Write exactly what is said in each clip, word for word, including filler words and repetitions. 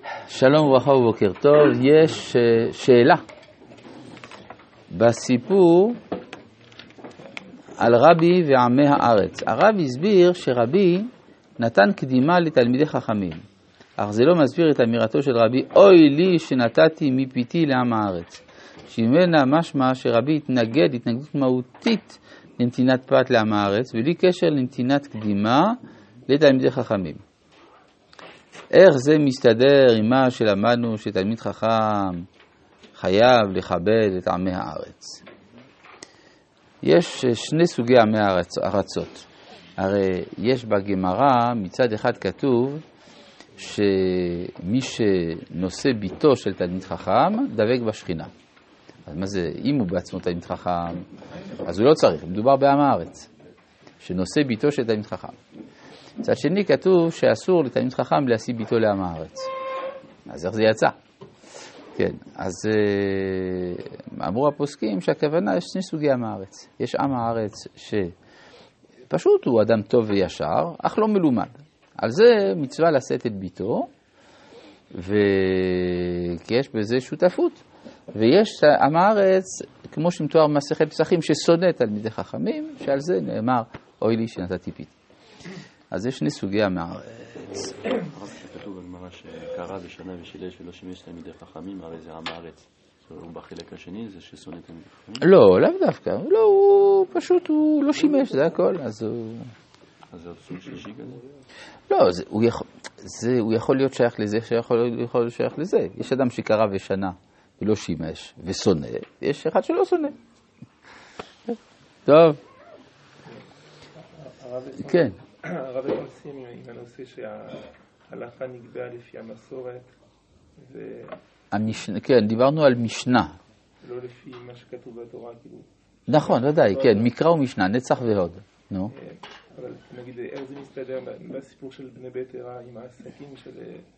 שלום וברכה ובוקר טוב. יש שאלה בסיפור על רבי ועמי הארץ. הרב הסביר שרבי נתן קדימה לתלמידי חכמים, אך זה לא מסביר את אמירתו של רבי, אוי לי שנתתי מפיתי לעם הארץ, שממנה משמע שרבי התנגד התנגדות מהותית לנתינת פת לעם הארץ, בלי קשר לנתינת קדימה לתלמידי חכמים. איך זה מסתדר עם מה שלמדנו שתלמיד חכם חייב לכבד את עמי הארץ? יש שני סוגי עמי הארצות. הרי יש בגמרא מצד אחד כתוב שמי שנושא ביתו של תלמיד חכם דבק בשכינה. אז מה זה? אם הוא בעצמו תלמיד חכם, אז הוא לא צריך, מדובר בעם הארץ שנושא ביתו של תלמיד חכם. מצד שני כתוב שאסור לתלמיד חכם להשיא ביתו לעם הארץ. אז איך זה יצא? כן, אז אמרו הפוסקים שהכוונה יש שני סוגי עם הארץ. יש עם הארץ שפשוט הוא אדם טוב וישר, אך לא מלומד. על זה מצווה לשאת את ביתו, וכי יש בזה שותפות. ויש עם הארץ, כמו שמתואר במסכת פסחים, ששונא תלמידי חכמים, שעל זה נאמר, אוי לי שנתתי פיתי. אז יש שני סוגי עם הארץ. כתוב בגמרא שקרא ושנה ושילש ולא שימש תלמידי חכמים, הרי זה עם הארץ. הוא בחלק השני, זה ששונא תלמידי חכמים? לא, לאו דווקא. לא, הוא פשוט, הוא לא שימש, זה הכל. אז הוא... אז זה סוג שלישי כזה? לא, זה, הוא, יכול, זה, הוא יכול להיות שייך לזה, שיכול יכול להיות שייך לזה. יש אדם שקרא ושנה ולא שימש ושונא, יש אחד שלא שונא. טוב. כן. הרב מסכים עם הנושא שההלכה נקבעה לפי המסורת ו... המשנה, כן, דיברנו על משנה. לא לפי מה שכתוב בתורה, כאילו. נכון, ודאי, כן, מקרא ומשנה, נצח והוד. נו. אבל נגיד, איך זה מסתדר בסיפור של בני בית ערה עם העסקים של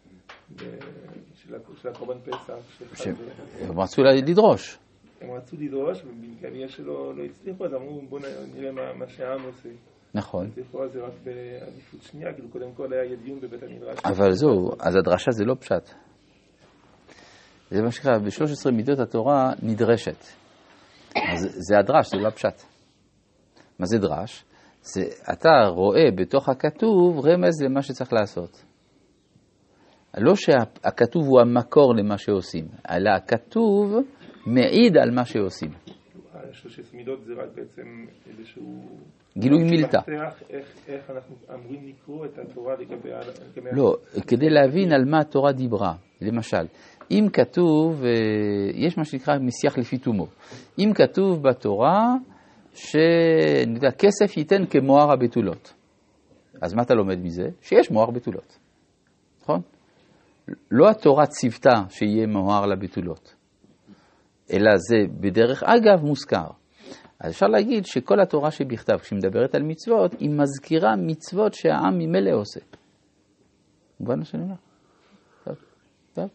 של הקורבן פסח? הם רצו לדרוש. הם רצו לדרוש, ובגלל שלא הצליחו, אז אמרו, בואו נראה מה שהעם עושה. נכון. אז לכאורה זה רק בעדיפות שנייה, כאילו קודם כל היה דיון בבית המדרש. אבל זהו, אז הדרשה זה לא פשט. זה מה שקרה, ב-שלוש עשרה מידות התורה נדרשת. אז זה הדרש, זה לא הפשט. מה זה דרש? זה, אתה רואה בתוך הכתוב רמז למה שצריך לעשות. לא שהכתוב הוא המקור למה שעושים, אלא הכתוב מעיד על מה שעושים. שלוש עשרה מידות זה רק בעצם איזשהו... גילוי מילתא. איך, איך אנחנו אמורים לקרוא את התורה לגבי... לא, כדי להבין על מה התורה דיברה. למשל, אם כתוב, יש מה שנקרא משיח לפי תומו. אם כתוב בתורה שכסף ייתן כמוהר הבתולות. אז מה אתה לומד מזה? שיש מוהר בתולות. נכון? לא התורה ציוותה שיהיה מוהר לבתולות, אלא זה בדרך אגב מוזכר. אז אפשר להגיד שכל התורה שבכתב, כשמדברת על מצוות, היא מזכירה מצוות שהעם ממילא עושה. מובן מה שאני אומר? טוב, טוב.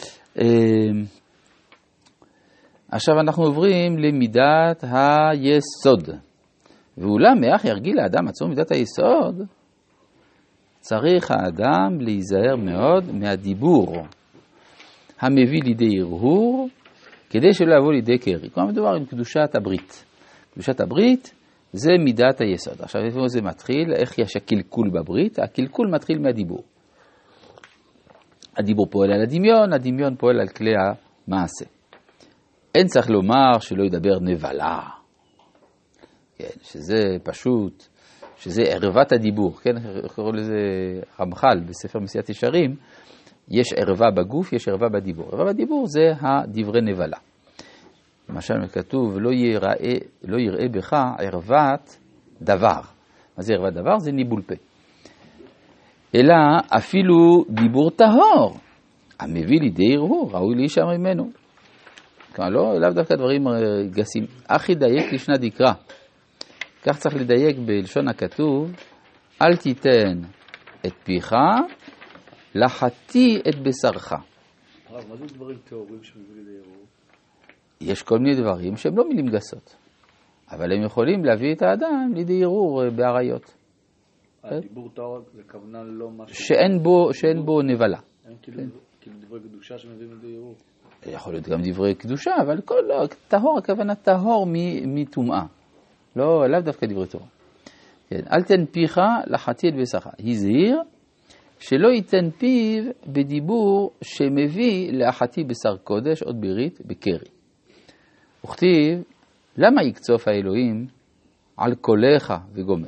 עכשיו אנחנו עוברים למידת היסוד. ואולם מאח ירגיל האדם עצמו מידת היסוד, צריך האדם להיזהר מאוד מהדיבור המביא לידי הרהור, כדי שלא יבוא לידי קרי. כלומר מדובר עם קדושת הברית. קדושת הברית זה מידת היסוד. עכשיו איפה זה מתחיל? איך יש הקלקול בברית? הקלקול מתחיל מהדיבור. הדיבור פועל על הדמיון, הדמיון פועל על כלי המעשה. אין צריך לומר שלא ידבר נבלה. כן, שזה פשוט, שזה ערבת הדיבור. כן, קוראים לזה רמח"ל בספר מסיעת ישרים. יש ערבה בגוף, יש ערבה בדיבור. ערבה בדיבור זה הדברי נבלה. למשל כתוב, לא יראה, לא יראה בך ערוות דבר. מה זה ערוות דבר? זה ניבול פה. אלא אפילו דיבור טהור, המביא לידי הרהור, ראוי להישמר ממנו. כלומר, לא, לאו דווקא דברים גסים. אך ידייק לשנה דקרא. כך צריך לדייק בלשון הכתוב, אל תיתן את פיך, לחתי את בשרך. הרב, מה זה דברים טהורים שמביא לידי הרהור? יש כל מיני דברים שהם לא מילים גסות, אבל הם יכולים להביא את האדם לידי הרהור בעריות. הדיבור טהור זה כוונה לא משהו... שאין בו, שאין בו נבלה. אין כאילו קדושה שמביאים לידי ערעור. יכול להיות גם דברי קדושה, אבל כל, לא, טהור, הכוונה טהור מטומאה. לא, לאו דווקא דברי תורה. כן, אל תן פיך לחטיא את בשרך. הזהיר שלא ייתן פיו בדיבור שמביא להחטיא בשר קודש, עוד ברית, בקרי. וכתיב, למה יקצוף האלוהים על קולך וגומר?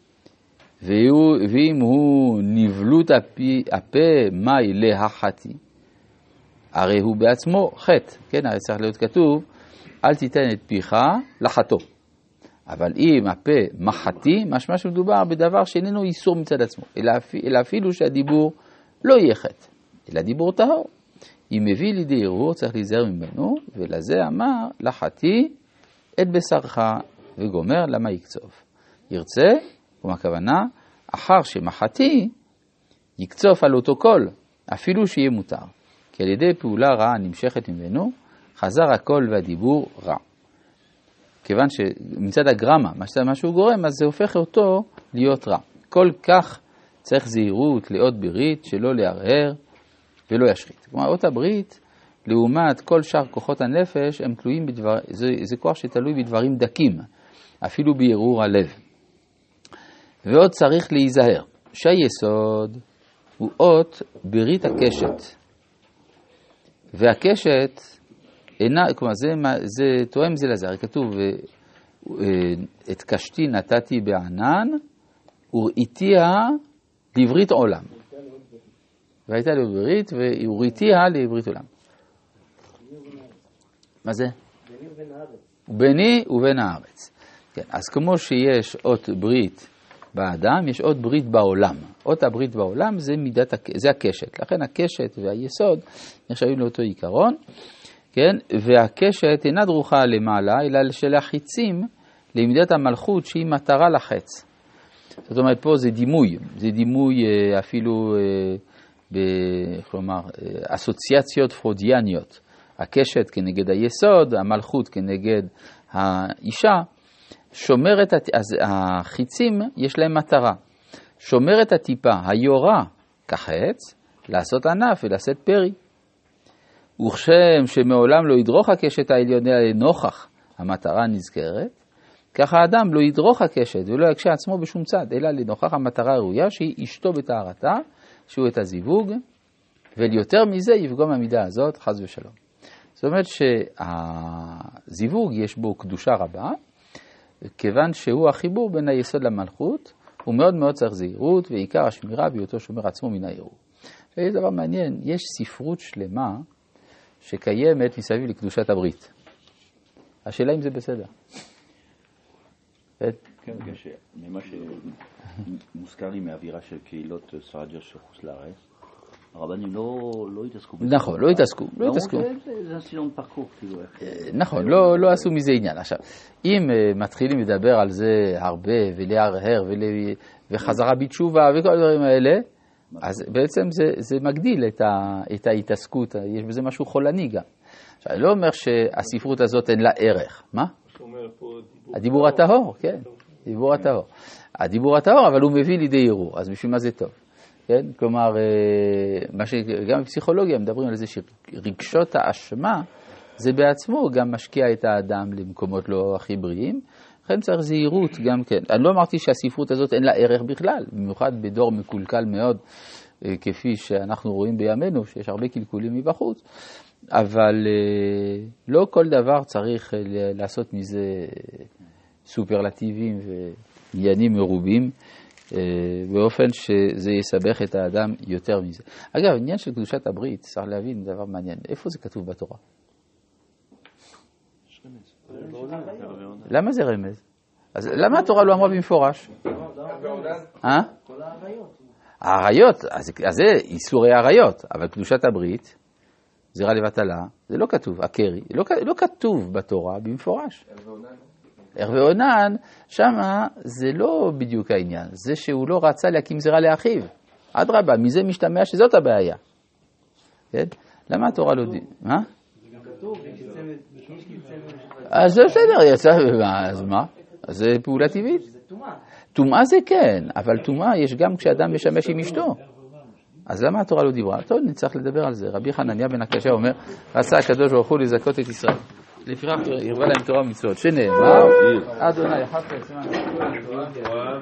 ואם הוא נבלות הפי, הפה מי להחטיא, הרי הוא בעצמו חטא, כן, הרי צריך להיות כתוב, אל תיתן את פיך לחטוא. אבל אם הפה מחטיא, משמע שמדובר בדבר שאיננו איסור מצד עצמו, אלא, אלא אפילו שהדיבור לא יהיה חטא, אלא דיבור טהור. אם מביא לידי ערעור, צריך להיזהר ממנו, ולזה אמר, לחטיא את בשרך וגומר, למה יקצוף? ירצה, כמו הכוונה, אחר שמחטיא, יקצוף על אותו קול, אפילו שיהיה מותר. כי על ידי פעולה רעה נמשכת ממנו, חזר הקול והדיבור רע. כיוון שמצד הגרמה, מה שהוא גורם, אז זה הופך אותו להיות רע. כל כך צריך זהירות לאות ברית, שלא להרהר ולא ישחית. כלומר, אות הברית, לעומת כל שאר כוחות הנפש, הם תלויים בדבר, זה, זה כוח שתלוי בדברים דקים, אפילו בערעור הלב. ועוד צריך להיזהר, שהיסוד הוא אות ברית הקשת. והקשת אינה, כלומר, זה, זה תואם זה לזה, הרי כתוב, את קשתי נתתי בענן, וראיתיה לברית עולם. והייתה לו ברית, וראיתיה לברית עולם. מה זה? ביני ובין הארץ. ביני ובין הארץ. כן, אז כמו שיש אות ברית באדם, יש אות ברית בעולם. אות הברית בעולם זה מידת, זה הקשת. לכן הקשת והיסוד נחשבים לאותו עיקרון. כן? והקשת אינה דרוכה למעלה, אלא של החיצים למידת המלכות שהיא מטרה לחץ. זאת אומרת, פה זה דימוי, זה דימוי אפילו, ב, כלומר, אסוציאציות פרודיאניות. הקשת כנגד היסוד, המלכות כנגד האישה, שומרת, אז החיצים יש להם מטרה. שומרת הטיפה, היורה, כחץ, לעשות ענף ולעשות פרי. וכשם שמעולם לא ידרוך הקשת העליונה לנוכח המטרה הנזכרת, ככה האדם לא ידרוך הקשת ולא יקשה עצמו בשום צד, אלא לנוכח המטרה הראויה שהיא אשתו בטהרתה, שהוא את הזיווג, וליותר מזה יפגום המידה הזאת, חס ושלום. זאת אומרת שהזיווג יש בו קדושה רבה, כיוון שהוא החיבור בין היסוד למלכות, הוא מאוד מאוד צריך זהירות, ועיקר השמירה בהיותו שומר עצמו מן הערעור. ויש דבר מעניין, יש ספרות שלמה, שקיימת מסביב לקדושת הברית. השאלה אם זה בסדר. כן, ממה שמוזכר לי מהאווירה של קהילות ספרדיות שחוץ לארץ, הרבנים לא התעסקו בזה. נכון, לא התעסקו. לא התעסקו. זה סילון פרקור, כאילו. נכון, לא עשו מזה עניין. עכשיו, אם מתחילים לדבר על זה הרבה, ולהרהר, וחזרה בתשובה, וכל הדברים האלה, אז בעצם זה, זה מגדיל את, ה, את ההתעסקות, יש בזה משהו חולני גם. עכשיו, אני לא אומר שהספרות הזאת אין לה ערך, מה? הדיבור הטהור, כן, דיבור הטהור. הדיבור הטהור, אבל הוא מביא לידי ערעור, אז בשביל מה זה טוב? כן? כלומר, מה שגם בפסיכולוגיה מדברים על זה שרגשות האשמה, זה בעצמו גם משקיע את האדם למקומות לא הכי בריאים, לכן צריך זהירות גם כן. אני לא אמרתי שהספרות הזאת אין לה ערך בכלל, במיוחד בדור מקולקל מאוד, כפי שאנחנו רואים בימינו, שיש הרבה קלקולים מבחוץ, אבל לא כל דבר צריך לעשות מזה סופרלטיבים ועניינים מרובים, באופן שזה יסבך את האדם יותר מזה. אגב, עניין של קדושת הברית, צריך להבין דבר מעניין, איפה זה כתוב בתורה? למה זה רמז? אז למה התורה לא אמרה במפורש? אה? העריות, אז זה איסורי העריות, אבל קדושת הברית, זרע לבטלה, זה לא כתוב, הקרי, לא כתוב בתורה במפורש. ער ועונן, שמה זה לא בדיוק העניין, זה שהוא לא רצה להקים זרע לאחיו. אדרבה, מזה משתמע שזאת הבעיה. כן? למה התורה לא... מה? זה גם כתוב, אז זה בסדר, יצא, אז מה? אז זה פעולה טבעית. זה טומאה. טומאה זה כן, אבל טומאה יש גם כשאדם משמש עם אשתו. אז למה התורה לא דיברה? טוב, נצטרך לדבר על זה. רבי חנניה בן עקשיא אומר, רצה הקדוש ברוך הוא לזכות את ישראל. לפיכך הרבה להם תורה ומצוות. שנאמר, אדוני, אחת עשרה